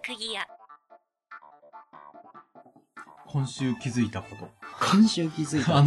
クギア。 今週気づいたこと。 今週気づいたこと。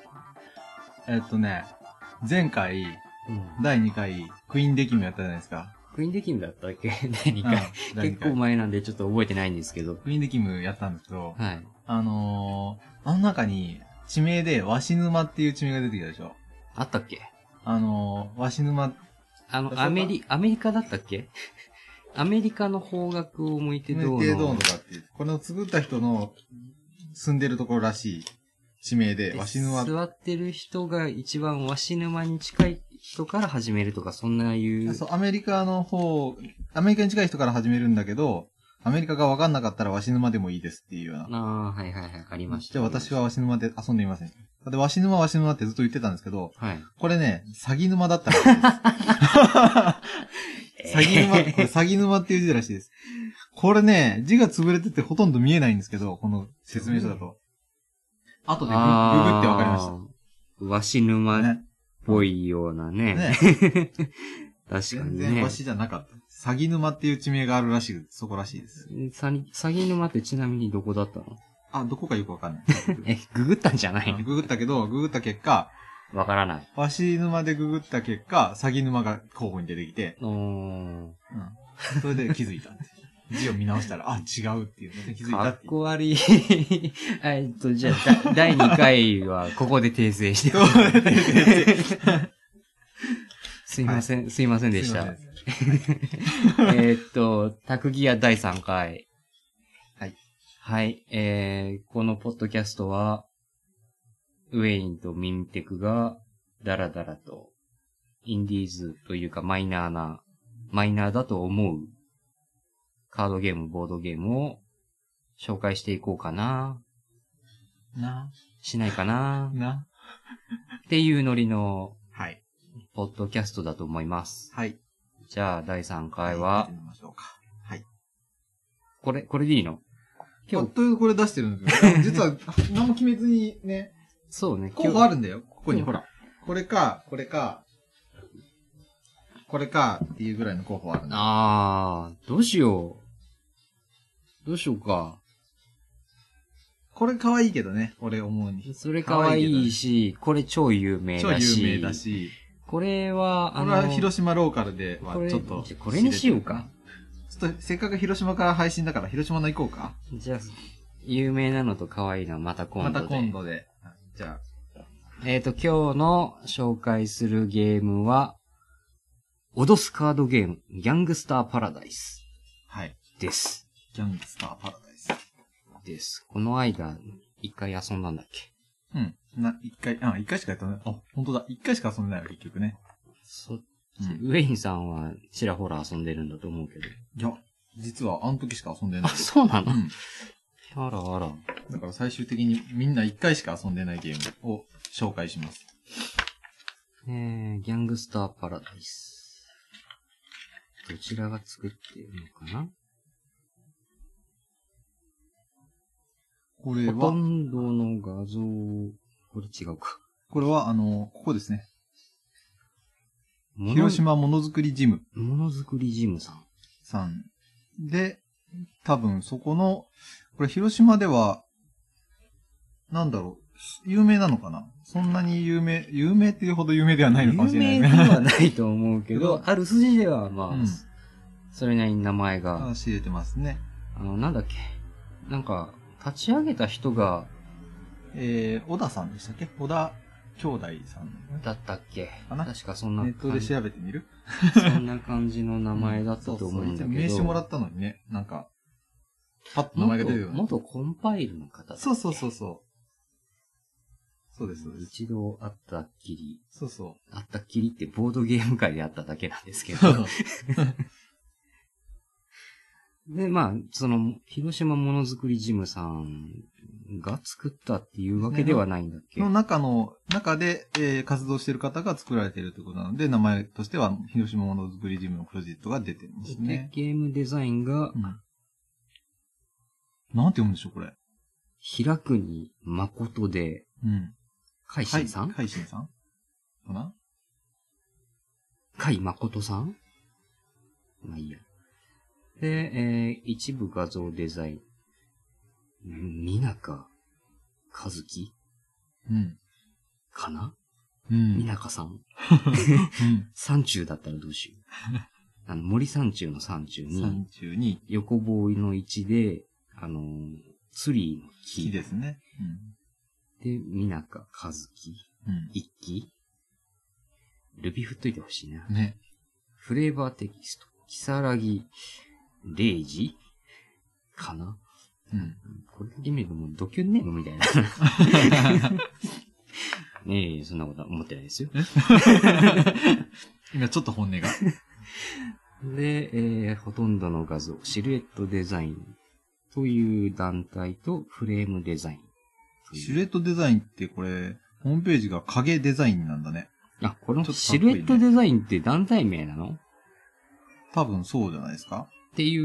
前回、第2回、クイーンデキムやったじゃないですか。 クイーンデキムだったっけ第2回。結構前なんでちょっと覚えてないんですけど。 クイーンデキムやったんですけど、 はい。 あの中に、地名で、鷲沼っていう地名が出てきたでしょ。 あったっけ鷲沼。 アメリカだったっけアメリカの方角を向いてどうの。 向いてどうのかっていう。これを作った人の住んでるところらしい地名で、鷲沼。 座ってる人が一番鷲沼に近い人から始めるとか、そんないう。 そう、アメリカに近い人から始めるんだけど、アメリカが分かんなかったら鷲沼でもいいですっていうような。 はいはいはい、ありました。 じゃあ私は鷲沼で遊んでみません。で、鷲沼ってずっと言ってたんですけど、 はい。 これね、詐欺沼だったらしいです。これ詐欺沼っていう字らしいです。これね、字が潰れててほとんど見えないんですけど、この説明書だと。後でググって分かりました。 鷲沼っぽいようなね。確かにね。 全然鷲じゃなかった。詐欺沼っていう地名があるらしい、そこらしいです。 詐欺沼ってちなみにどこだったの？ どこかよくわかんない。 ググったんじゃないの？ ググった結果、 わからない。 鷲沼でググった結果、詐欺沼が候補に出てきて、それで気づいたんです。字を見直したら、違うっていうので気づいたっていう。 かっこ悪い。じゃあ、第2回はここで訂正して。すいませんでした。タクギア第3回。 はい。 はい。このポッドキャストは、ウェインとミンテクがダラダラと、インディーズというかマイナーだと思うカードゲーム、ボードゲームを紹介していこうかな。しないかな。っていうノリの、 はい。 ポッドキャストだと思います。 はい。 じゃあ、第3回は、 はい。 これでいいの？ 今日これ出してるんですよ。実は、何も決めずにね。 そうね。 候補あるんだよ。ここに、ほら。これかっていうぐらいの候補あるんだ。 どうしようか。 これ可愛いけどね、俺思うに。 それ可愛いし、これ超有名だし。これは広島ローカルではちょっと。 これにしようか。 ちょっと、せっかく広島から配信だから広島の行こうか。 じゃあ、有名なのと可愛いのはまた今度で。 じゃあ。 今日の紹介するゲームは、脅すカードゲーム、ギャングスターパラダイス。 はい。 です。 ギャングスターパラダイス。 です。この間、一回遊んだんだっけ？ 一回しかやったね。本当だ。一回しか遊んでないよ、結局ね。 ウェインさんはちらほら遊んでるんだと思うけど。 いや、実はあの時しか遊んでない。 そうなの？あらあら。 だから最終的にみんな一回しか遊んでないゲームを紹介します。 ギャングスターパラダイス。どちらが作っているのかな？ これは。 ほとんどの画像、これ違うか。 これは、ここですね。広島ものづくりジム。 ものづくりジムさん。で、多分そこの、これ広島では、有名なのかな？そんなに有名っていうほど有名ではないのかもしれないね。 有名ではないと思うけど、ある筋ではそれなりに名前が。 知れてますね。 なんだっけ。なんか、立ち上げた人が、 小田さんでしたっけ？小田兄弟さん。 だったっけ？ 確かそんな。 ネットで調べてみる？ そんな感じの名前だったと思うんだけど。 名刺もらったのにね、パッと名前が出るよね。 元コンパイルの方だ。 そう。そうです。 一度会ったっきり。 そう。 会ったっきりってボードゲーム界で会っただけなんですけど。で、広島ものづくりジムさんが作ったっていうわけではないんだっけ？ の中で、活動している方が作られているということなので、名前としては広島ものづくりジムのプロジェクトが出てますね。 ゲームデザインが、 なんて読むんでしょう、これ。 平国誠で、海進さん？ 海進さんかな？ 海誠さん？まあいいや。 で、一部画像デザイン。みなかかずきうん。 かなうん。 みなかさん。 うん。 山中だったらどうしよう。森山中の山中に、 32 横棒の1で、ツリーの木。 木ですね。 で、みなかかずき。 うん。 一期ルビ振っといてほしいな。 ね。 フレーバーテキスト。きさらぎ、レイジかな。 うん。 これだけ見るともうドキュンネームみたいな。ねえ、そんなことは思ってないですよ。 今ちょっと本音が。 で、ほとんどの画像、シルエットデザインという団体とフレームデザインという。 シルエットデザインってこれ、ホームページが影デザインなんだね。 あ、このちょっとかっこいいねシルエットデザインって団体名なの多分そうじゃないですか。 っていう、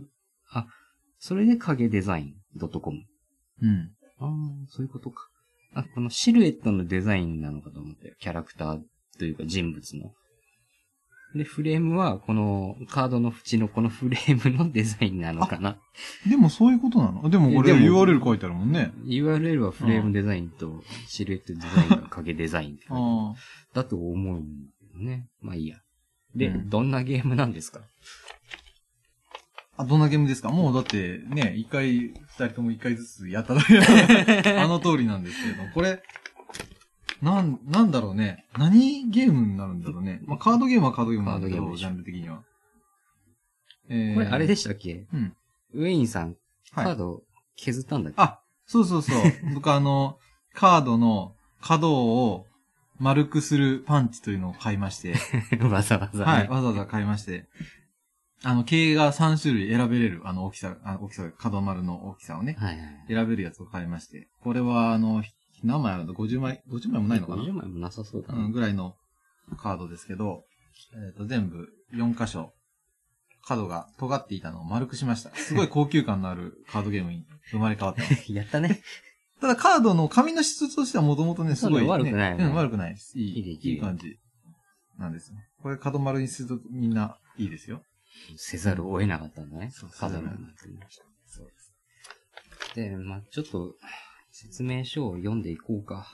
あ、それで影デザイン .com。 うん。 ああ、そういうことか。あ、このシルエットのデザインなのかと思ったよ。キャラクターというか人物の。で、フレームは、このカードの縁のこのフレームのデザインなのかな。 でもそういうことなの？でもこれでも URL 書いてあるもんね。 URL はフレームデザインとシルエットデザインが影デザインって書いてあるあだと思うんだけどね。まあいいや。で、 うんどんなゲームなんですか？ あ。どんなゲームですか？もうだってね、二人とも一回ずつやっただけあの通りなんですけれども、これ、なんだろうね。何ゲームになるんだろうね。まあ、カードゲームはカードゲームなんだけど、 カードゲームでしょジャンル的には。 これあれでししたっけ？ うん。 ウェインさん、 はいカード削ったんだっけ？ あ、そうそうそう。僕カードの角を丸くするパンチというのを買いまして。 わざわざ、ね。 はい。わざわざ買いまして。形が3種類選べれる、大きさ、角丸の大きさをね、 はいはい。 選べるやつを買いまして。これは、何枚あるの ?50 枚もないのかな ?50 枚もなさそうだうん、 ね。 ぐらいのカードですけど、全部4箇所、角が尖っていたのを丸くしました。すごい高級感のあるカードゲームに生まれ変わってます。 やったね。 ただカードの紙の質としてはもともとね、すごい、ね。 悪くないよねうん、悪くないです。いいいい感じなんですよ。これ角丸にするとみんないいですよ。 せざるを得なかったんだね。 そうカードなんだってねそうです。 で、まあちょっと、説明書を読んでいこうか。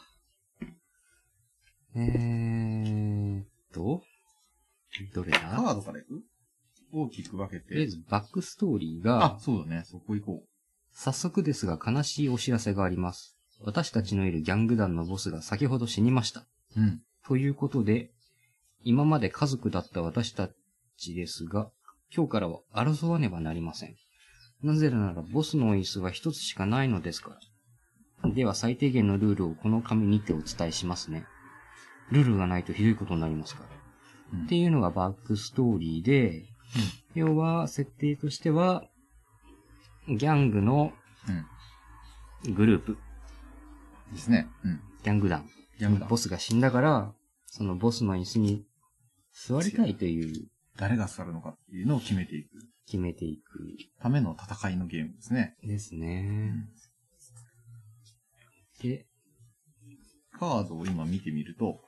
どれだカードからいく？大きく分けて。 とりあえず、バックストーリーが、 あ、そうだね。そこ行こ早速ですが悲しいお知らせがあります。私たちのいるギャング団のボスが先ほど死にました。 う。うん。 ということで、今まで家族だった私たちですが、今日からは争わねばなりません。なぜならボスの椅子は一つしかないのですから。では最低限のルールをこの紙にてお伝えしますね。ルールがないとひどいことになりますから。 うんっていうのがバックストーリーで、要は設定としては、ギャングのグループ、 ですね。うん。 ギャング団。 ギャング団ボスが死んだから、そのボスの椅子に座りたいという誰が座るのかっていうのを決めていく決めていくための戦いのゲームですね。 ですね。で、 カードを今見てみると、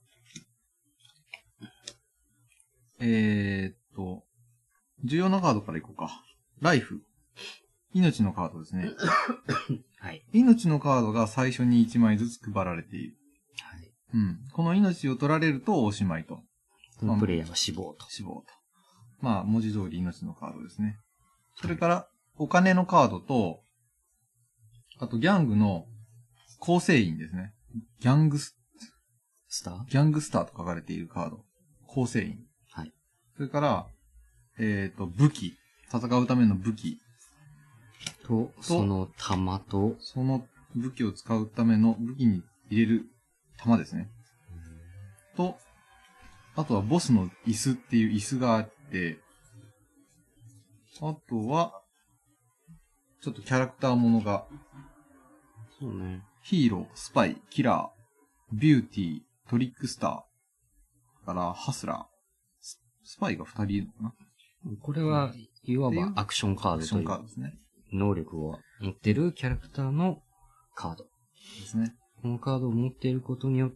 重要なカードからいこうか。ライフ。命のカードですね。 はい。 命のカードが最初に1枚ずつ配られている。 はい。 うん。この命を取られるとおしまいと。 このプレイヤーは死亡と。 死亡と。まあ、文字通り命のカードですね。それから、お金のカードと、あとギャングの構成員ですね。ギャングスターと書かれているカード。構成員。 はい。 それから、武器。戦うための武器。 と、その弾と、 その武器を使うための武器に入れる弾ですね。と、あとはボスの椅子っていう椅子があって、あとは、ちょっとキャラクターものが、 そうね。 ヒーロー、スパイ、キラー、ビューティー、トリックスター、からハスラー、スパイが2人いるのかな？ これは、いわばアクションカードアクションというカードですね。 能力を持ってるキャラクターのカード。 ですね。 このカードを持っていることによって、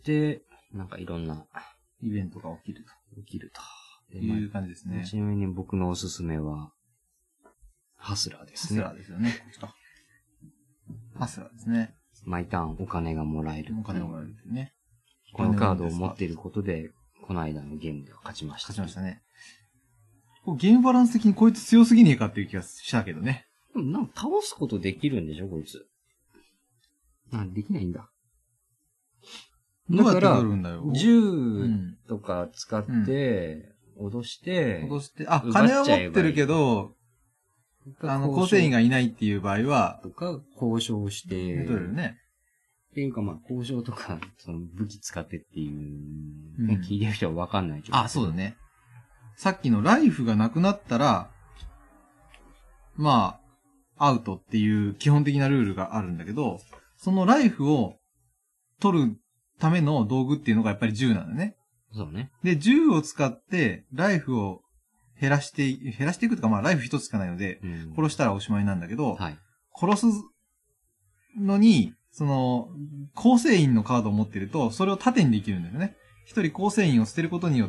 なんかいろんなイベントが起きる起きると。 という感じですね。 ちなみに僕のおすすめは、 ハスラーでハすね。 スラーですよね。ハスラーですね。 毎ターンお金がもらえる。 お金をもらえるっていうね。 このカードを持っていることで、この間のゲームでは勝ちました。 勝ちましたね。ゲームバランス的にこいつ強すぎねえかっていう気がしたけどね。 でもなんか倒すことできるんでしょ、こいつ。できないんだ。 どうやってだから取るんだよ。 銃とか使って、脅して、 脅して、金は持ってるけど、構成員がいないっていう場合は、 とか、交渉して、 取れるね。 っていうか交渉とか、その武器使ってっていう、聞いてる人はわかんないけど。 そうだね。さっきのライフがなくなったら、アウトっていう基本的なルールがあるんだけど、そのライフを取るための道具っていうのがやっぱり銃なんだね。 そうね。 で、銃を使ってライフを減らしていくとか、ライフ一つしかないので、殺したらおしまいなんだけど、殺すのに、構成員のカードを持ってると、それを盾にできるんだよね。一人構成員を捨てることによって、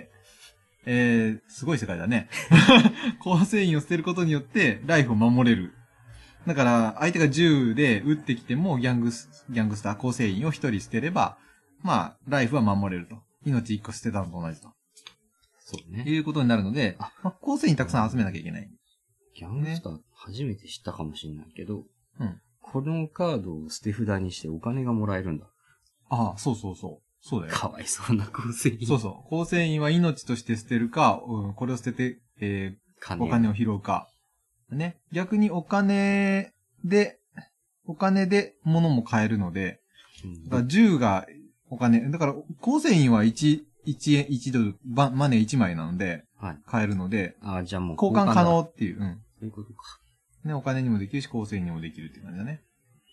すごい世界だね。構成員を捨てることによって、ライフを守れる。だから、相手が銃で撃ってきても、ギャングスター構成員を一人捨てれば、ライフは守れると。命一個捨てたのと同じと。 そうね。 いうことになるので、構成員たくさん集めなきゃいけない。 ギャングスター初めて知ったかもしれないけど、 このカードを捨て札にしてお金がもらえるんだ。 そうそうそう。そうだよ。 かわいそうな構成員。 そうそう。構成員は命として捨てるか、これを捨てて、お金を拾うか。ね。逆にお金で物も買えるので、だから銃がお金、だから構成員は1ドル、マネー1枚なので、買えるので、 じゃあもう交換可能っていう。 そういうことか。 ね、お金にもできるし、構成員にもできるっていう感じだね。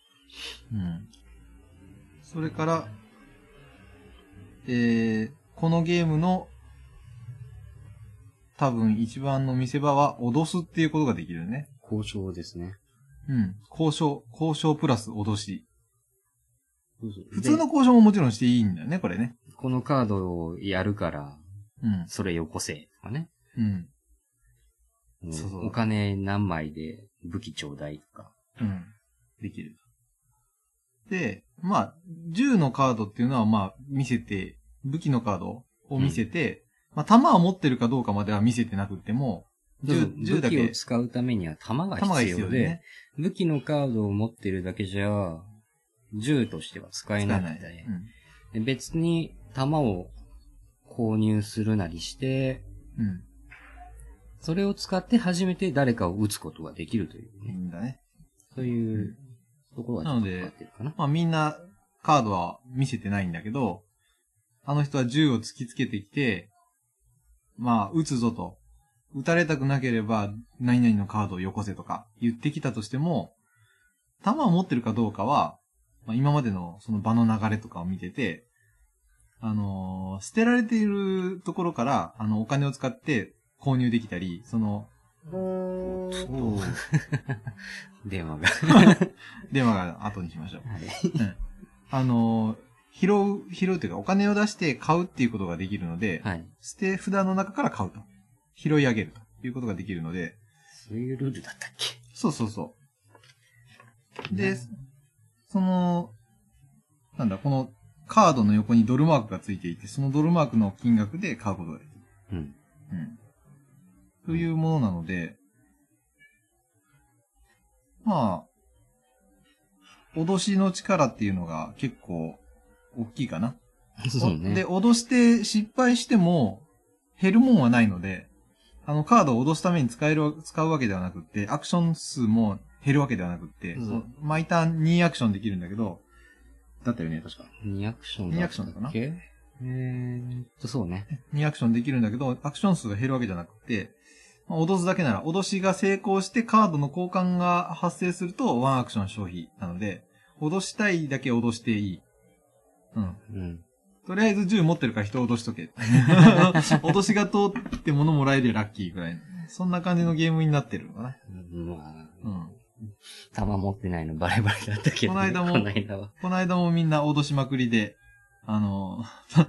それから、このゲームの多分一番の見せ場は脅すっていうことができるね。 交渉ですね。 交渉プラス脅し。普通の交渉ももちろんしていいんだよね、これね。 このカードをやるから、それよこせ、とかね。お金何枚で武器ちょうだいとか。 できる。で、銃のカードっていうのは見せて、武器のカードを見せて、弾を持ってるかどうかまでは見せてなくても、 銃だけ。武器を使うためには弾が必要で、武器のカードを持ってるだけじゃ、銃としては使えなくて、別に弾を購入するなりして、それを使って初めて誰かを撃つことができるというね。そういうところはちょっと変わってるかな。 みんなカードは見せてないんだけど、あの人は銃を突きつけてきて、撃つぞと。撃たれたくなければ、何々のカードをよこせとか言ってきたとしても、弾を持ってるかどうかは、今までのその場の流れとかを見てて、捨てられているところから、お金を使って購入できたり、 電話が。 電話が後にしましょう。拾うというか、お金を出して買うっていうことができるので、捨て札の中から買うと。拾い上げるということができるので。 そういうルールだったっけ？ そうそうそう。で、このカードの横にドルマークがついていて、そのドルマークの金額で買うことができる。というものなので、脅しの力っていうのが結構大きいかな。 そうね。 で、脅して失敗しても減るもんはないので、カードを脅すために使うわけではなくって、アクション数も減るわけではなくって、毎ターン2アクションできるんだけど、だったよね、確か。 2アクションだったっけ？ 2アクションだかな。 そうね。 2アクションできるんだけど、アクション数が減るわけじゃなくて、脅すだけなら、脅しが成功してカードの交換が発生すると1アクション消費なので、脅したいだけ脅していい。とりあえず銃持ってるから人を脅しとけ。脅しが通って物もらえるラッキーぐらい。そんな感じのゲームになってるのかな。 弾持ってないのバレバレだったけど、ね。 この間もみんな脅しまくりで、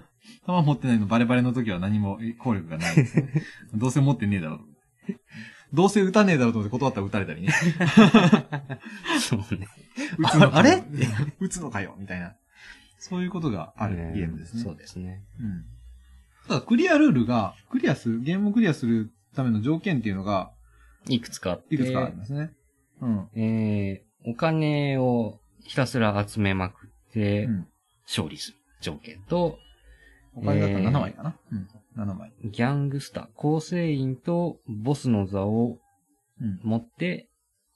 弾持ってないのバレバレの時は何も効力がないです、ね。どうせ持ってねえだろう。 どうせ撃たねえだろうと思って断ったら撃たれたりね。 そうね。 撃つのかよあれ撃つのかよみたいな。そういうことがあるゲームですね。 そうですね。 うん。ただ、クリアルールが、ゲームをクリアするための条件っていうのが、 いくつかあって。 いくつかありますね。うん。 お金をひたすら集めまくってう、ん。 勝利する条件と、 お金だったら7枚かな。うん。7枚。 ギャングスター、構成員とボスの座をうん。 持って、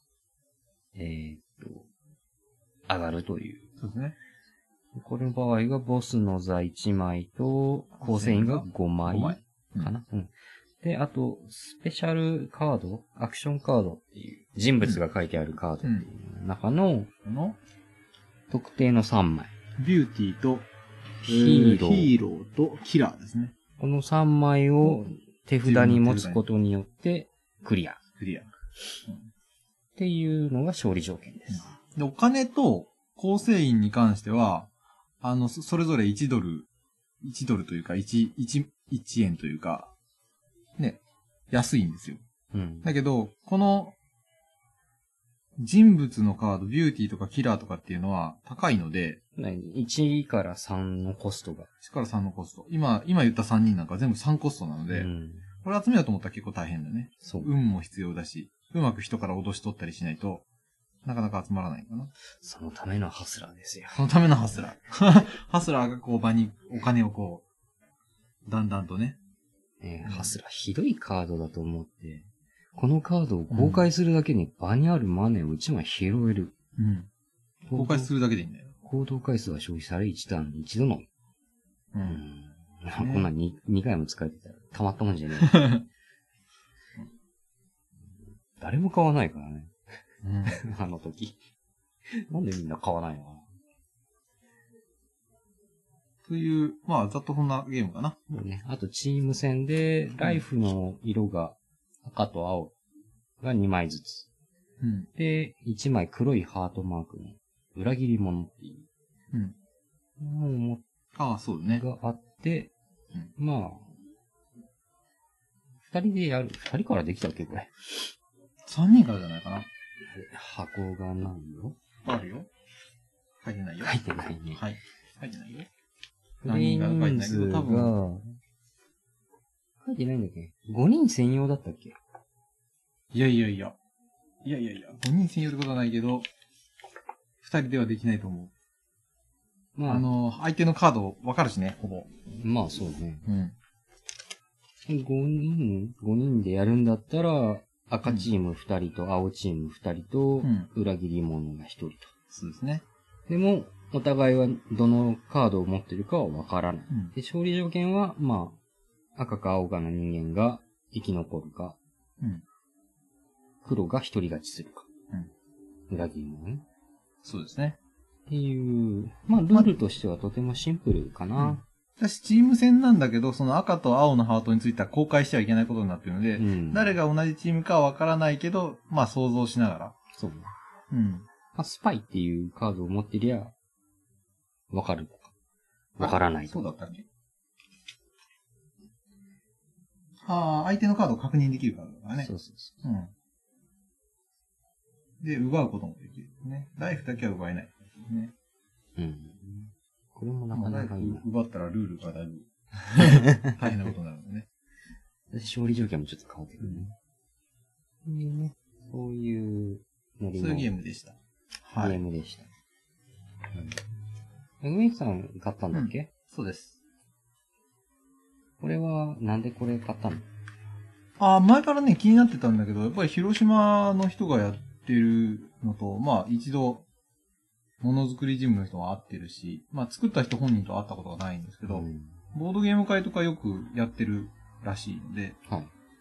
上がるという。 そうですね。 これの場合がボスの座1枚と、構成員が5枚 5枚。 かな、うん。で、あと、スペシャルカード、アクションカードっていう、人物が書いてあるカードっていう中の、 この、 特定の3枚。 ビューティーと、 ヒーロー。 ヒーローとキラーですね。 この3枚を手札に持つことによって、クリア。っクリア。 ていうのが勝利条件です。 で、お金と構成員に関しては、それぞれ1ドルというか、1円というか、ね、安いんですよ。 うん。 だけど、この、人物のカード、ビューティーとかキラーとかっていうのは高いので、 1から3のコストが。 1から3のコスト。今言った3人なんか全部3コストなので、 うん。 これ集めようと思ったら結構大変だね。 そう。 運も必要だし、うまく人から脅し取ったりしないと、なかなか集まらないかな。 そのためのハスラーですよ。 そのためのハスラー。ハスラーがこう場にお金をこう、だんだんとね。 ハスラーひどいカードだと思って、このカードを公開するだけに場にあるマネーを1枚拾える。 うん。公開するだけでいいんだよ。 行動回数が消費され1ターンに1度の。こんなに2回も使えてたらたまったもんじゃねえ。誰も買わないからね。あの時。なんでみんな買わないのかな。 という、まあ、ざっとそんなゲームかな。 ね、あとチーム戦で、ライフの色が赤と青が2枚ずつ。 うん。 で、1枚黒いハートマークの裏切り者っていううん。ああ、そうだね。 があって、まあ、2人でやる。2人からできたっけこれ。 3人からじゃないかな。 箱がないよ。 あるよ。書いてないよ。 書いてないね。 はい。書いてないよ。 フレンズが、書いてないんだっけ ?5 人専用だったっけ。 いや。5人専用ってことはないけど、2人ではできないと思う。 まあ、 相手のカードわかるしね、ほぼ。 まあそうね。 うん。 5人でやるんだったら、赤チーム2人と青チーム2人と、裏切り者が1人と。 そうですね。 でも、お互いはどのカードを持ってるかはわからない。 うんで、勝利条件は、まあ、赤か青かの人間が生き残るか、 うん。 黒が一人勝ちするか。 うん。 裏切り者ね。 そうですね。 っていう、まあ、ルールとしてはとてもシンプルかな。 私、チーム戦なんだけど、その赤と青のハートについては公開してはいけないことになってるので、誰が同じチームかはわからないけど、まあ想像しながら。 そう。 うん。 まあ、スパイっていうカードを持ってりゃ、わかるとか。わからないとか。 そうだったっけ。はあ、相手のカードを確認できるカードだからね。 そう。 うん。で、奪うこともできるね。ライフだけは奪えない。ね。 これもなかなかいいな。 奪ったらルールがだいぶ大変なことになるんでね。 勝利条件もちょっと変わってくるね。そういうノリのそういうゲームでした。 ゲームでした。梅木さん買ったんだっけ？ そうです。 これは、なんでこれ買ったの？ 前からね、気になってたんだけど、やっぱり広島の人がやってるのと、まあ一度、ものづくりジムの人が会ってるし、まあ作った人本人と会ったことがないんですけど、ボードゲーム会とかよくやってるらしいので、 はい。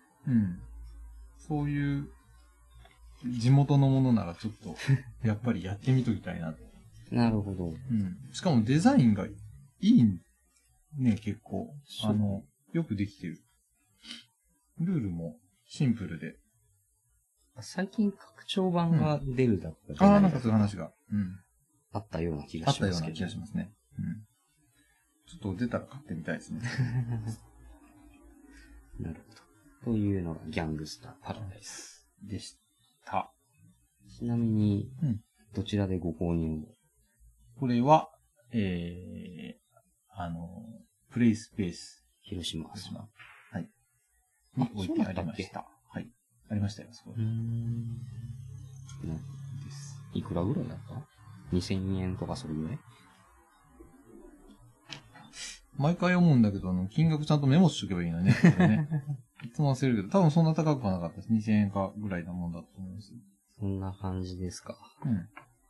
そういう地元のものならちょっと、やっぱりやってみときたいなと。 なるほど。 しかもデザインがいいね、結構。よくできてる。ルールもシンプルで。 最近拡張版が出るだったじゃないなんかそういう話が。 あったような気がしますけど。 あったような気がしますね。ちょっと出たら買ってみたいですね。 なるほというのがギャングスターパラダイス。 でした。 ちなみにうん、 どちらでご購入を？ これは、プレイスペース。 広島。 はい。に置いてありました。はい。ありましたよ、そこで。です。 いくらぐらいだった ?2000 円とかそれぐらい？ 毎回思うんだけど、金額ちゃんとメモしとけばいいのね。これねいつも忘れるけど、多分そんな高くはなかったです。2000円かぐらいなもんだと思います。 そんな感じですか。 うん。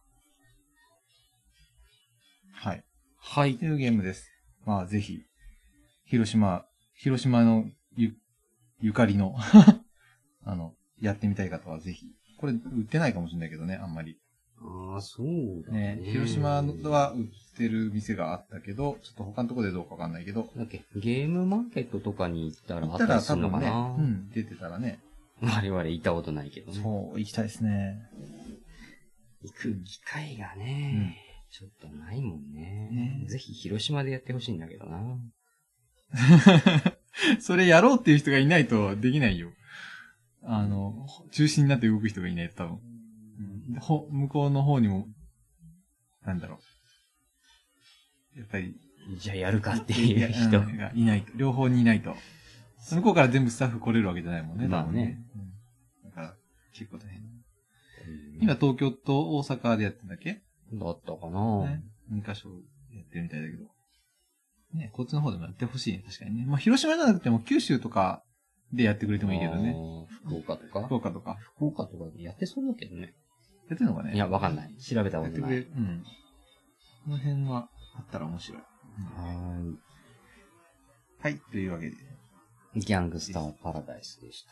はい。 はい。 というゲームです。まあ、ぜひ、広島のゆかりのやってみたい方はぜひ。これ、売ってないかもしれないけどね、あんまり。 ああ、そうだね。 広島は売ってる店があったけど、ちょっと他のところでどうかわかんないけど。 だっけ、ゲームマーケットとかに行ったらあったりするのかな？ 多分ね、うん、出てたらね。 我々行ったことないけどね。 そう、行きたいですね。 行く機会がね、ちょっとないもんね。ぜひ広島でやってほしいんだけどな。 それやろうっていう人がいないとできないよ。中心になって動く人がいないと多分。向こうの方にも、なんだろう。やっぱり。 じゃあやるかっていう人がいないと。両方にいないと。向こうから全部スタッフ来れるわけじゃないもんね。 まあね。 だから、結構大変。今東京と大阪でやってんだっけ？ だったかな、 ね、2カ所やってるみたいだけど。ね、こっちの方でもやってほしいね、確かにね。まあ、広島じゃなくても九州とかでやってくれてもいいけどね。 福岡とか福岡とかでやってそうだけどね。 やってるのかね？ いや、わかんない。調べたことない。 うん。この辺はあったら面白い。はい、というわけで。 ギャングスターパラダイスでした。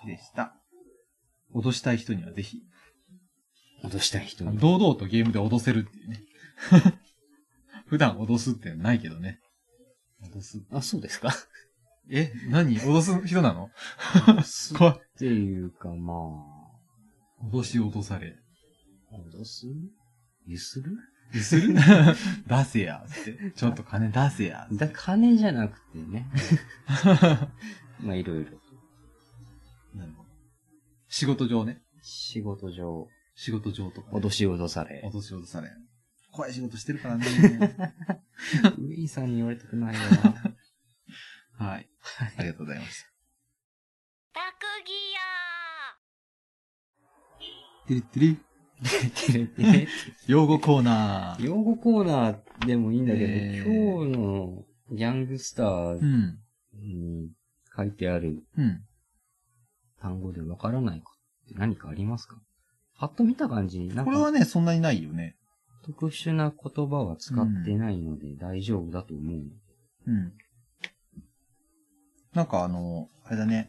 脅したい人にはぜひ。 脅したい人に。 堂々とゲームで脅せるっていうね。普段脅すってないけどね。 脅す。あ、そうですか？ 何脅す人なの？ 怖い。っていうか、まあ。 脅し脅され。 脅す？ゆする出せやって。ちょっと金出せやって。 金じゃなくてね。まあ、いろいろと。 なるほど。仕事上ね。 仕事上とか、 ね。 脅し脅され。 怖い仕事してるからね。 ウィーさんに言われたくないわ。 はい。ありがとうございました。 特技やてれてれ。用語コーナー。 用語コーナーでもいいんだけど、今日のギャングスターに書いてある単語でわからないことって何かありますか？パッと見た感じ、 これはね、そんなにないよね。 特殊な言葉は使ってないので大丈夫だと思う。 うん。なんかあれだね。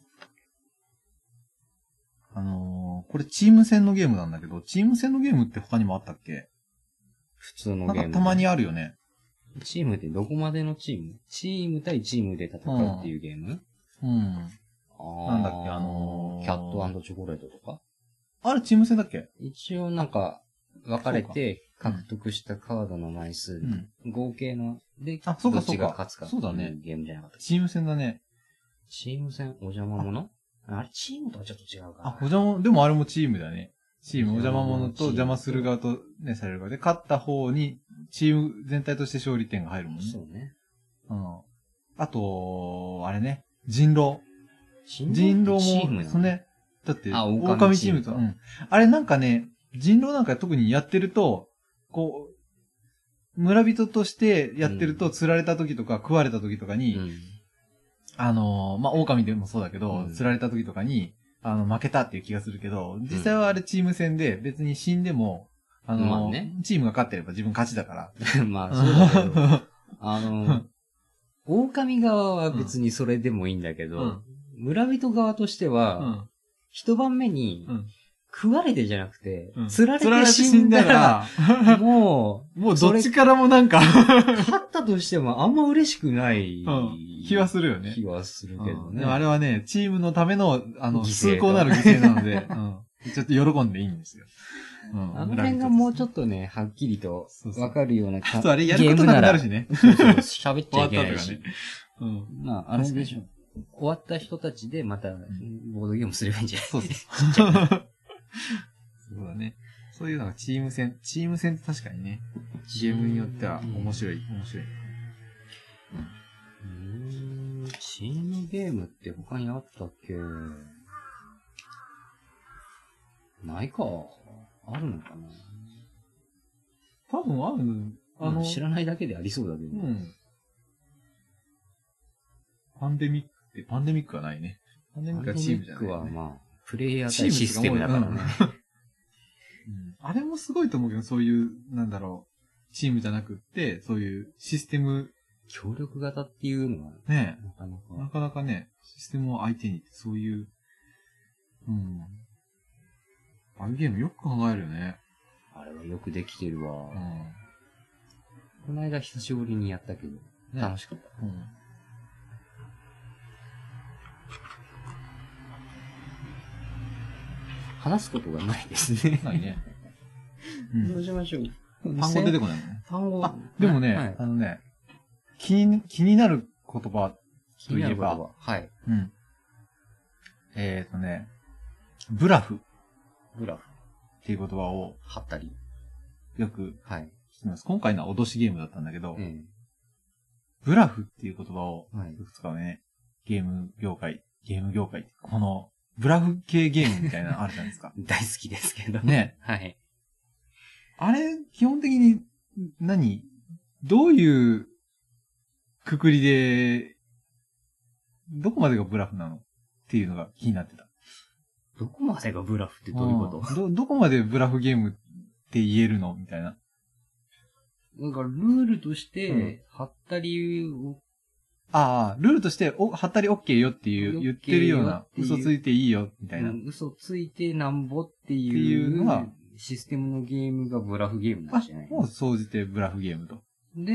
これチーム戦のゲームなんだけど、チーム戦のゲームって他にもあったっけ？ 普通のゲーム。 なんかたまにあるよね。 チームってどこまでのチーム？チーム対チームで戦うっていうゲーム？ うん。なんだっけ、 キャット&チョコレートとか？ あれチーム戦だっけ？ 一応なんか、分かれて獲得したカードの枚数、合計ので、どっちが勝つかっていうゲームじゃなかった。 チーム戦だね。 チーム戦お邪魔者？あれチームとはちょっと違うかな。 お邪魔、でもあれもチームだね。チーム、お邪魔者と邪魔する側とね、される側で、勝った方に、チーム全体として勝利点が入るもんね。 そうね。 あと、あれね、人狼。人狼も、そうね。だって、狼チームと、あれなんかね、人狼なんか特にやってると、こう、村人としてやってると、釣られた時とか、食われた時とかに、まあ、狼でもそうだけど、釣られた時とかに、負けたっていう気がするけど、実際はあれチーム戦で別に死んでも、まあね、チームが勝ってれば自分勝ちだから。 まあ、そうだけど、狼側は別にそれでもいいんだけど、村人側としては、一番目に、食われてじゃなくて、釣られて死んだら、もうどっちからもなんか勝ったとしてもあんま嬉しくない気はするよね。 気はするけどね。 でもあれはね、チームのための、崇高なる犠牲なので、ちょっと喜んでいいんですよ。 あの辺がもうちょっとね、はっきりとわかるようなあとあれやることなくなるしね。 そう、喋っちゃいけないし。 うん。 まあ、あれでしょ。 終わった人たちでまた、ボードゲームすればいいんじゃない？ そうそう。そうだね。そういうのがチーム戦って確かにね、ゲームによっては面白い。 チームゲームって他にあったっけ？ないか。あるのかな？ 多分ある、 知らないだけでありそうだけど。 うん。パンデミックはないね。パンデミックはチームじゃない、ね。 パンデミックはまあ、プレイヤー対システムだからね。 あれもすごいと思うけど、そういう、なんだろう、チームじゃなくって、そういうシステム。 協力型っていうのは、 ね、 なかなかね、システムを相手に、そういう、ああいうゲームよく考えるよね。 あれはよくできてるわ。 うん、 この間久しぶりにやったけど、 ね、 楽しかった。話すことがないですね。 ないね。 どうしましょう。 単語出てこないもんね。 単語。 でもね、はい、気になる言葉といえば、 はい。 ブラフ。 ブラフ。 っていう言葉を、 貼ったり。 よく、 はい。 聞きます。今回のは脅しゲームだったんだけど、ブラフっていう言葉をよく使うね。ゲーム業界。この、ブラフ系ゲームみたいなのあるじゃないですか。 大好きですけど。 ね。 はい。 あれ、基本的に、どういうくくりで、どこまでがブラフなのっていうのが気になってた。 どこまでがブラフってどういうこと？ どこまでブラフゲームって言えるのみたいな。 だから、ルールとして、貼ったりを、 ルールとして、貼ったり OK よっていう、言ってるような、嘘ついていいよ、みたいな。 嘘ついてなんぼっていうのが、システムのゲームがブラフゲームなんじゃない？ もう総じてブラフゲームと。 で、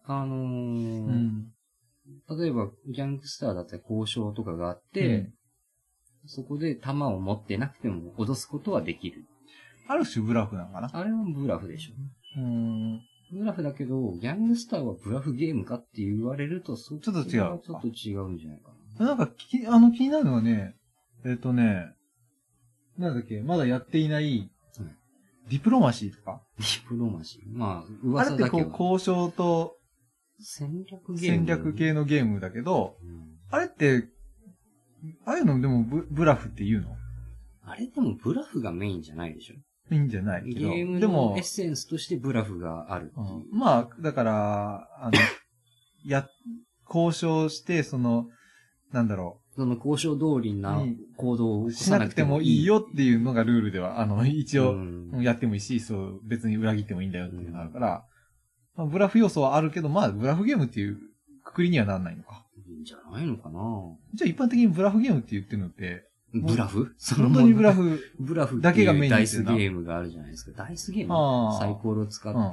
例えば、ギャングスターだったら交渉とかがあって、そこで弾を持ってなくても脅すことはできる。 ある種ブラフなのかな？ あれはブラフでしょ。ブラフだけど、ギャングスターはブラフゲームかって言われると、ちょっと違う。ちょっと違うんじゃないかな。 なんか気になるのはね、なんだっけ、まだやっていない、ディプロマシーとか。 ディプロマシー。まあ、噂だけど。 あれって交渉と、戦略系のゲームだけど、あれって、ああいうのでもブラフって言うの？ あれでもブラフがメインじゃないでしょ？ メインじゃないけど。 ゲームのエッセンスとしてブラフがあるっていう。 まあ、だから、交渉して、なんだろう。 その交渉通りな行動をしなくてもいいよっていうのがルールでは、一応、やってもいいし、別に裏切ってもいいんだよっていうのがあるから、まあ、ブラフ要素はあるけど、まあ、ブラフゲームっていうくくりにはならないのか。 いいんじゃないのかな。 じゃあ一般的にブラフゲームって言ってるのって、 ブラフ？ 本当にブラフ。 ブラフだけがメインダイスゲームがあるじゃないですか。ダイスゲーム？サイコロを使って、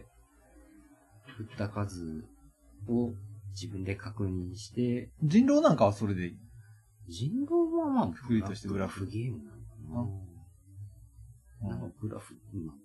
振った数を自分で確認して。 人狼なんかはそれでいい？ 人狼はまあ、 くくりとしてブラフゲームなのかな。なんかブラフか。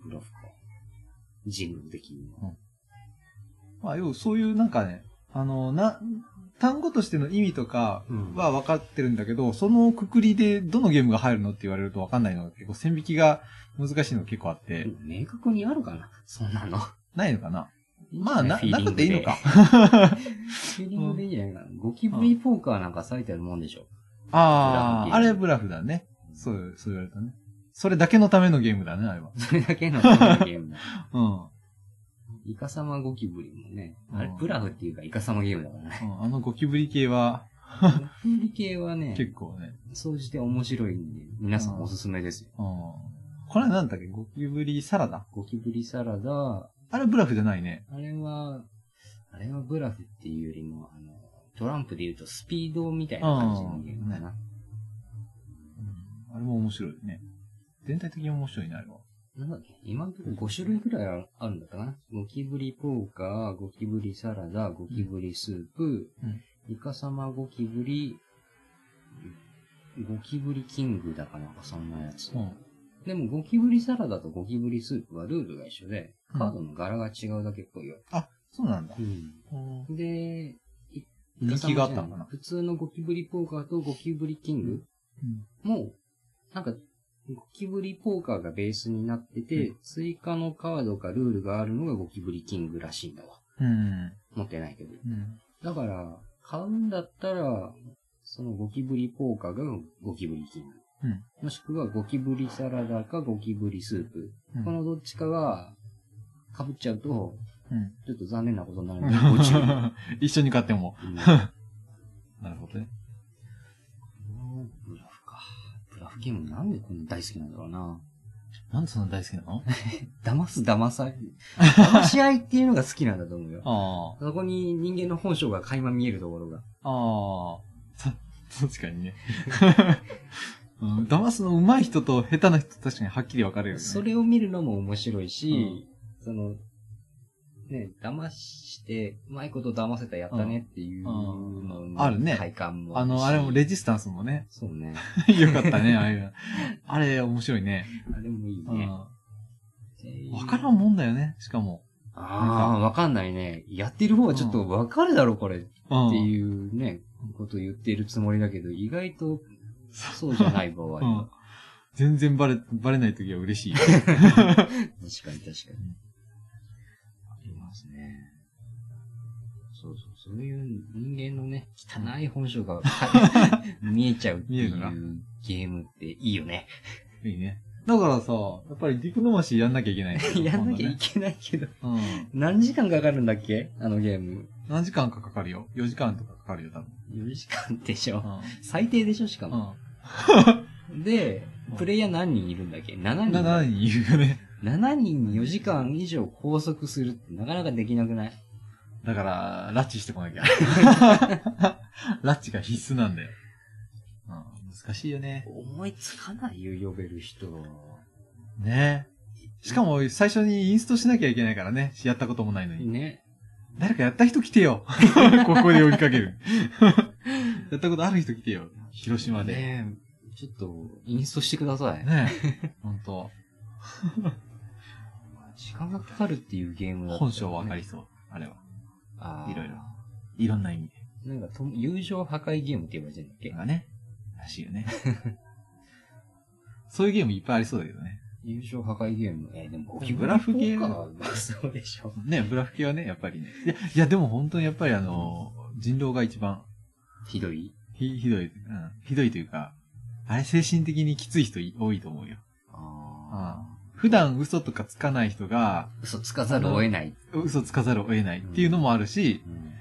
人狼的には。 まあ、そういうなんかね、単語としての意味とかは分かってるんだけど、そのくくりでどのゲームが入るのって言われると分かんないのが結構線引きが難しいのが結構あって。 明確にあるかな？そんなの。 ないのかな？まあ、なくていいのか。 フィーリングでいいんじゃないかな。ゴキブリポーカーなんか書いてあるもんでしょ。 あれブラフだね。そう言われたね。それだけのためのゲームだね、あれは。 それだけのためのゲームだ。 イカサマゴキブリもね。あれ、ブラフっていうかイカサマゲームだからね。 ゴキブリ系は。 ゴキブリ系はね。 結構ね。 総じて面白いんで、皆さんおすすめですよ。 これなんだっけ？ゴキブリサラダ？ ゴキブリサラダ。 あれブラフじゃないね。 あれはブラフっていうよりも、トランプで言うとスピードみたいな感じのゲームだな。 あれも面白いね。全体的に面白いな、あれは。 なんだっけ？今のところ5種類くらいあるんだったかな。ゴキブリポーカー、ゴキブリサラダ、ゴキブリスープ、イカサマゴキブリ、ゴキブリキングだかなんかそんなやつ。でもゴキブリサラダとゴキブリスープはルールが一緒で、カードの柄が違うだけっぽいよ。 あ、そうなんだ。 で、 人気があったのかな。 普通のゴキブリポーカーとゴキブリキングも、なんか、ゴキブリポーカーがベースになってて、追加のカードかルールがあるのがゴキブリキングらしいんだわ。持ってないけど。だから、買うんだったら、そのゴキブリポーカーがゴキブリキング。もしくはゴキブリサラダかゴキブリスープ。このどっちかが被っちゃうと、ちょっと残念なことになるので、ご注意。 一緒に買っても。なるほどね。 ブラフか。ブラフゲームなんでこんな大好きなんだろうな。 なんでそんな大好きなの？ 騙し合いっていうのが好きなんだと思うよ。 あそこに人間の本性が垣間見えるところが。 確かにね。騙すの上手い人と下手な人確かにはっきり分かれるよね。 それを見るのも面白いし、ね、騙して、うまいこと騙せたやったねっていうののあるね。 快感もあるし。 あれもレジスタンスもね。 そうね。 よかったね、ああいう。あれ面白いね。 あれもいいね。 わからんもんだよね、しかも。 わかんないね。やってる方はちょっとわかるだろ、これ。っていうね、ことを言っているつもりだけど、意外と、そうじゃない場合は。 全然バレないときは嬉しい。 確かに確かに。ありますね。そういう人間のね、汚い本性が見えちゃうっていうゲームっていいよね。 いいね。だからさ、やっぱりディプロマシーやんなきゃいけない。 やんなきゃいけないけど。何時間かかるんだっけあのゲーム。 何時間かかかるよ。4時間とかかかるよ、多分。 4時間でしょ。最低でしょ、しかも。で、プレイヤー何人いるんだっけ ?7 人。 7人いるよね。 7人に4時間以上拘束するってなかなかできなくない？ だから、拉致してこなきゃ。拉致が必須なんだよ。難しいよね。 思いつかないよ、呼べる人。 ねしかも、最初にインストしなきゃいけないからね。やったこともないのに。 ね。 誰かやった人来てよ。ここで呼びかける。やったことある人来てよ。広島で。 ねちょっと、インストしてください。 ねほんと。 時間がかかるっていうゲームだった、ね。 本性わかりそう。あれは。いろいろ。いろんな意味で。 なんか、友情破壊ゲームって言われてるんだっけ？ ね。らしいよね。そういうゲームいっぱいありそうだけどね。 友情破壊ゲーム。でも、 ブラフゲームはそうでしょ。 ね、ブラフ系はね、やっぱりね。いや、でも本当にやっぱり人狼が一番。 ひどい？ ひどい。ひどいというか、あれ精神的にきつい人多いと思うよ。普段嘘とかつかない人が、 嘘つかざるを得ない。 嘘つかざるを得ないっていうのもあるし、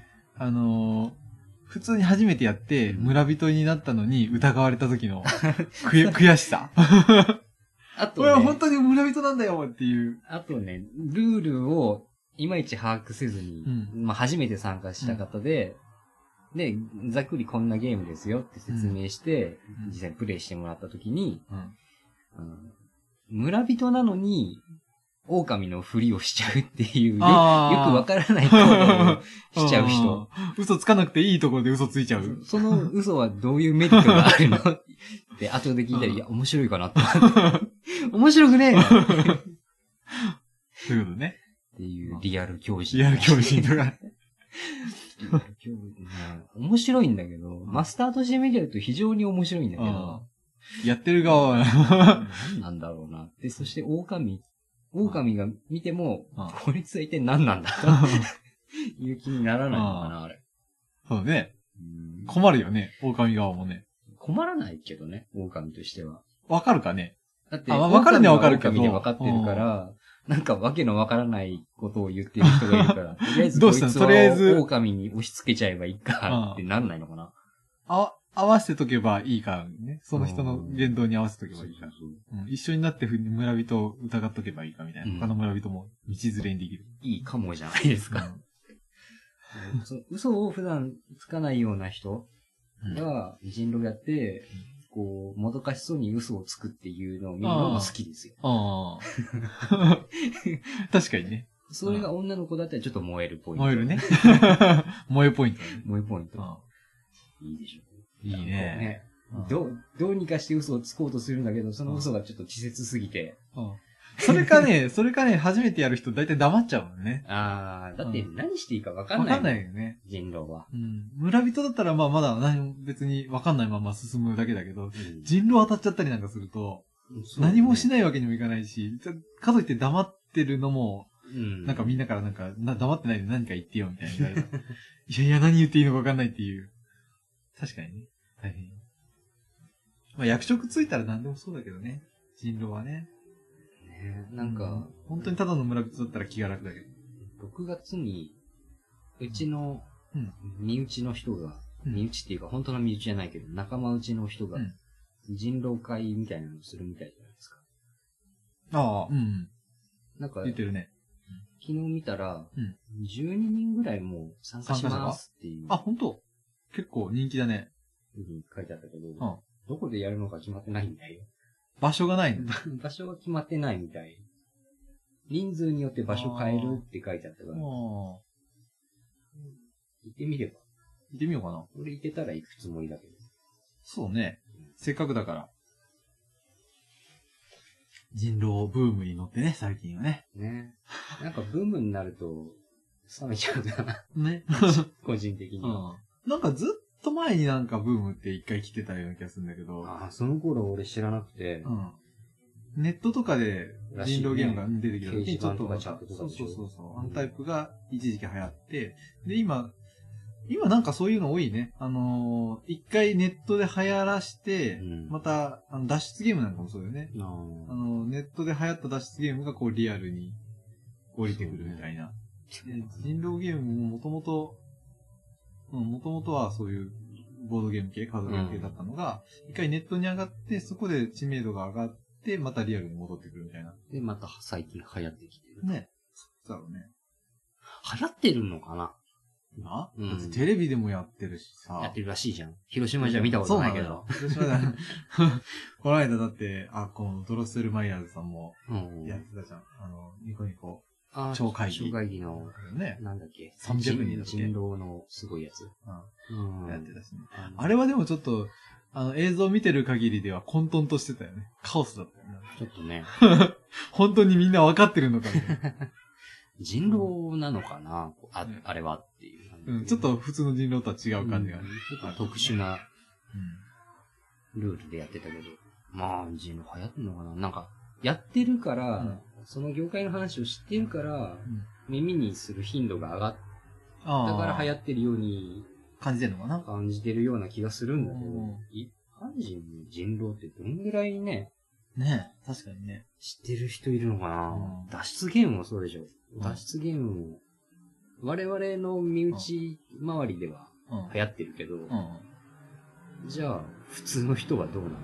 普通に初めてやって村人になったのに疑われた時の悔しさ。 あとね、 俺は本当に村人なんだよっていう。 あとね、ルールをいまいち把握せずに、初めて参加した方で、で、ざっくりこんなゲームですよって説明して、実際にプレイしてもらった時に、村人なのに、狼のふりをしちゃうっていう、よくわからない行動をしちゃう人。 嘘つかなくていいところで嘘ついちゃう。 その嘘はどういうメリットがあるのって後で聞いたら、いや、面白いかなって思って。面白くねえなそういうことね。 っていうリアル教師。 リアル教師とか。 面白いんだけど、マスターとして見てると非常に面白いんだけど、 やってる側は何なんだろうな。で、そして狼が見ても、こいつは一体何なんだという気にならないのかな、あれ。 そうね。困るよね、狼側もね。 困らないけどね、狼としては。 わかるかね。 だって、 わかるにはわかるけど。 狼でわかってるから、なんかわけのわからないことを言ってる人がいるから、とりあえずこいつは狼に押し付けちゃえばいいかってなんないのかな。 合わせとけばいいからね。その人の言動に合わせとけばいいから。一緒になって村人を疑っとけばいいかみたいな。他の村人も道連れにできる。 いいかもじゃないですか。嘘を普段つかないような人が人狼やって、こう、もどかしそうに嘘をつくっていうのを見るのも好きですよ。 確かにね。 それが女の子だったらちょっと燃えるポイント。 燃えるね。燃えポイント。 燃えポイント。いいでしょ。 いいね。 どうにかして嘘をつこうとするんだけど、その嘘がちょっと稚拙すぎて。 それかね、初めてやる人大体黙っちゃうもんね。 あー、だって何していいかわかんない。 わかんないよね。 人狼は。 うん。村人だったらまあまだ何も別にわかんないまま進むだけだけど、 うん人狼当たっちゃったりなんかすると、何もしないわけにもいかないし、かといって黙ってるのも、なんかみんなから黙ってないで何か言ってよみたいに言われた。いやいや何言っていいのかわかんないっていう。確かにね。大変。まあ役職ついたら何でもそうだけどね。人狼はね。 ねなんか、 本当にただの村人だったら気が楽だけど。 6月に、うちのうん。 身内の人が、 うん身内っていうか本当の身内じゃないけど、仲間内の人がうん、 人狼会みたいなのをするみたいじゃないですか。 ああ、うん。 なんか、昨言ってるね。 日見たら、 うん 12人ぐらいもう参加しますっていうあ、本当結構人気だね。 ふうに書いてあったけど、 うん。 どこでやるのか決まってないみたいよ。 場所がないの。 場所が決まってないみたい。人数によって場所変えるって書いてあったから、行ってみれば。 行ってみようかな。 俺行けたら行くつもりだけど。 そうね。せっかくだから。人狼ブームに乗ってね、最近はね。 ね。なんかブームになると、冷めちゃうな。 ね。 個人的には。 なんかずっと前になんかブームって一回来てたような気がするんだけど。 ああ、その頃俺知らなくて。 ネットとかで人狼ゲームが出てきた時にちょっと掲示板とかチャットとかでしょ。 そう。あのタイプが一時期流行って、で、今なんかそういうの多いね。一回ネットで流行らして、また、脱出ゲームなんかもそうだよね。ネットで流行った脱出ゲームがこうリアルに降りてくるみたいな。人狼ゲームももともとはそういうボードゲーム系、カードゲーム系だったのが、一回ネットに上がって、そこで知名度が上がって、またリアルに戻ってくるみたいな。 で、また最近流行ってきてる。 ね。そうだろうね。 流行ってるのかな今、だってテレビでもやってるしさ。 やってるらしいじゃん。広島じゃ見たことないけど。 広島だ。この間だって、このドロッセルマイヤーズさんもやってたじゃん。ニコニコ。超会議。 超会議の、 ね。 なんだっけ。 300人だっけ。 人狼のすごいやつ。 やってたしね。あれはでもちょっと、映像見てる限りでは混沌としてたよね。カオスだったよね。 ちょっとね。 本当にみんな分かってるのかみたいな。 人狼なのかなあれはっていう。 ちょっと普通の人狼とは違う感じがね。 ちょっと特殊なルールでやってたけど。まあ、人狼流行ってんのかななんか、やってるから、その業界の話を知ってるから、耳にする頻度が上がったから流行ってるように感じてるのかな感じてるような気がするんだけど、一般人の人狼ってどんぐらいね、 確かにね。 知ってる人いるのかな、脱出ゲームもそうでしょ。脱出ゲームも、我々の身内周りでは流行ってるけど、じゃあ、普通の人はどうなの？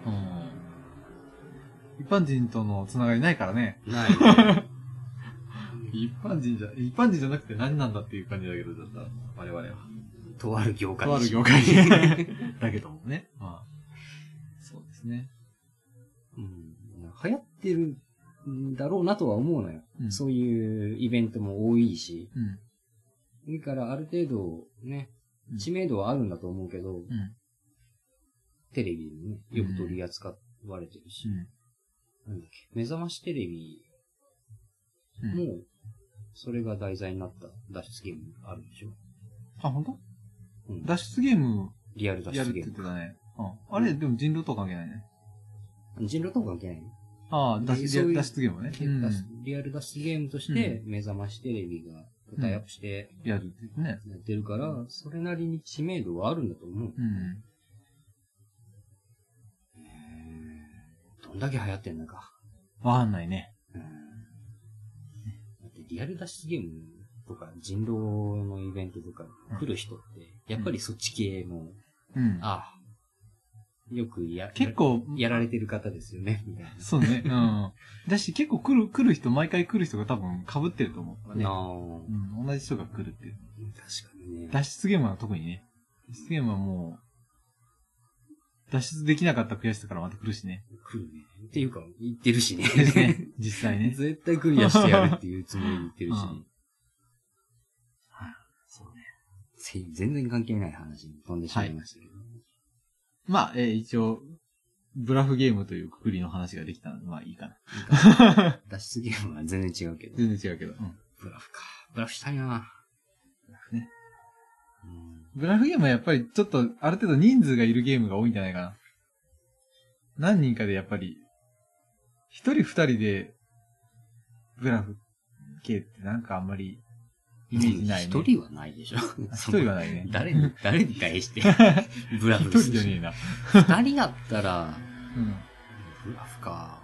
一般人とのつながりないからね。 ないね。 一般人じゃなくて何なんだっていう感じだけど、だったら、我々は。 とある業界。 とある業界だけどもね。まあ、そうですね。 流行ってるんだろうなとは思うのよ。そういうイベントも多いし。だからある程度ね、知名度はあるんだと思うけど、テレビにね、よく取り扱われてるし。なんだっけ、目覚ましテレビも、それが題材になった脱出ゲームあるでしょ。 あ、ほんと？脱出ゲームリアル脱出ゲーム。 やるって言ってたね。あれ、でも人狼とは関係ないね。 人狼とは関係ないの？ 脱出ゲームね。 リアル脱出ゲームとして、目覚ましテレビがタイアップして、 やるって言ってね。 やってるから、それなりに知名度はあるんだと思う。どんだけ流行ってんのか。 わかんないね。 だってリアル脱出ゲームとか人狼のイベントとか来る人って、やっぱりそっち系の、よく結構やられてる方ですよね、みたいな。 そうね。だし結構来る人、毎回来る人が多分被ってると思うからね。同じ人が来るっていう。 確かにね。 脱出ゲームは特にね。脱出ゲームはもう、脱出できなかった悔しさからまた来るしね。 来るね。っていうか、言ってるしね。 ですね。実際ね。 絶対クリアしてやるっていうつもりで言ってるしね。 そうね。 全然関係ない話に飛んでしまいましたけど。 まあ、一応、 ブラフゲームというくくりの話ができたので、まあいいかな。 脱出ゲームは全然違うけど。 全然違うけど。 ブラフか。ブラフしたいな。 ブラフね。 うん。 ブラフゲームはやっぱりちょっとある程度人数がいるゲームが多いんじゃないかな。何人かでやっぱり、一人二人で、ブラフ系ってなんかあんまりイメージないね。 一人はないでしょ。 一人はないね。 誰に対してブラフ一人じゃねえな。 二人だったら、 うん。 ブラフか。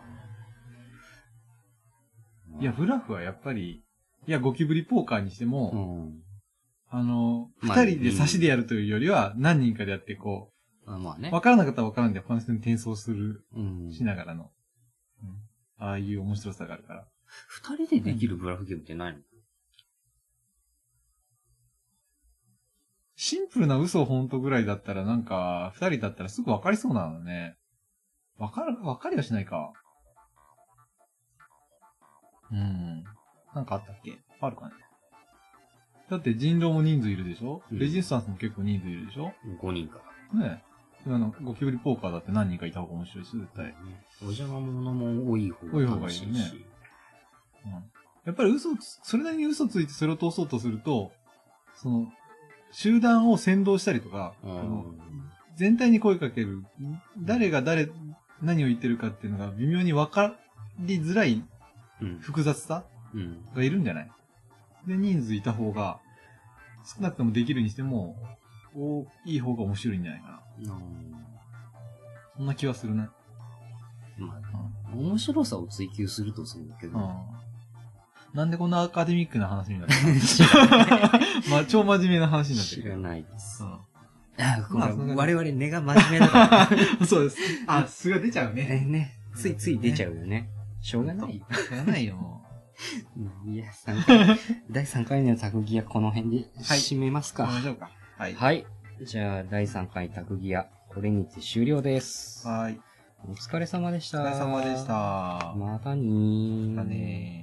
いや、ブラフはやっぱり、いや、ゴキブリポーカーにしてうも、 ん。まあ二人で差しでやるというよりは、何人かでやってこまあねう、。わからなかったらわからんで、ファンスに転送する、 うん。 しながらの、ああいう面白さがあるから。 二人でできるブラフゲームってないの？ シンプルな嘘本当ぐらいだったらなんか、二人だったらすぐわかりそうなのね。わかりはしないか。なんかあったっけ？あるかね。だって人狼も人数いるでしょ、レジスタンスも結構人数いるでしょ 5人か。 ねえ。ゴキブリポーカーだって何人かいた方が面白いし、絶対。 お邪魔者も多い方多い方がが楽しいし。 いいよね。やっぱりそれなりに嘘ついてそれを通そうとすると、集団を先導したりとか、全体に声かける、何を言ってるかっていうのが微妙に分かりづらい複雑さがいるんじゃない？で、人数いた方が、少なくともできるにしても、いい方が面白いんじゃないかな。そんな気はするね。 まあ、面白さを追求するとそうだけど。 なんでこんなアカデミックな話になってるの？超真面目な話になってる。 知らないです。 我 々根が真面目だから。 そうです。素が出ちゃうね。 ね。ついつい出ちゃうよね。しょうがないよ。 しょうがないよ、もう。いや、第3回のタグギアこの辺で締めますか。 締めましょうか。はい。 はい。じゃあ、第3回タグギア、これにて終了です。 はい。 お疲れ様でした。 お疲れ様でした。 またねー。 またねー。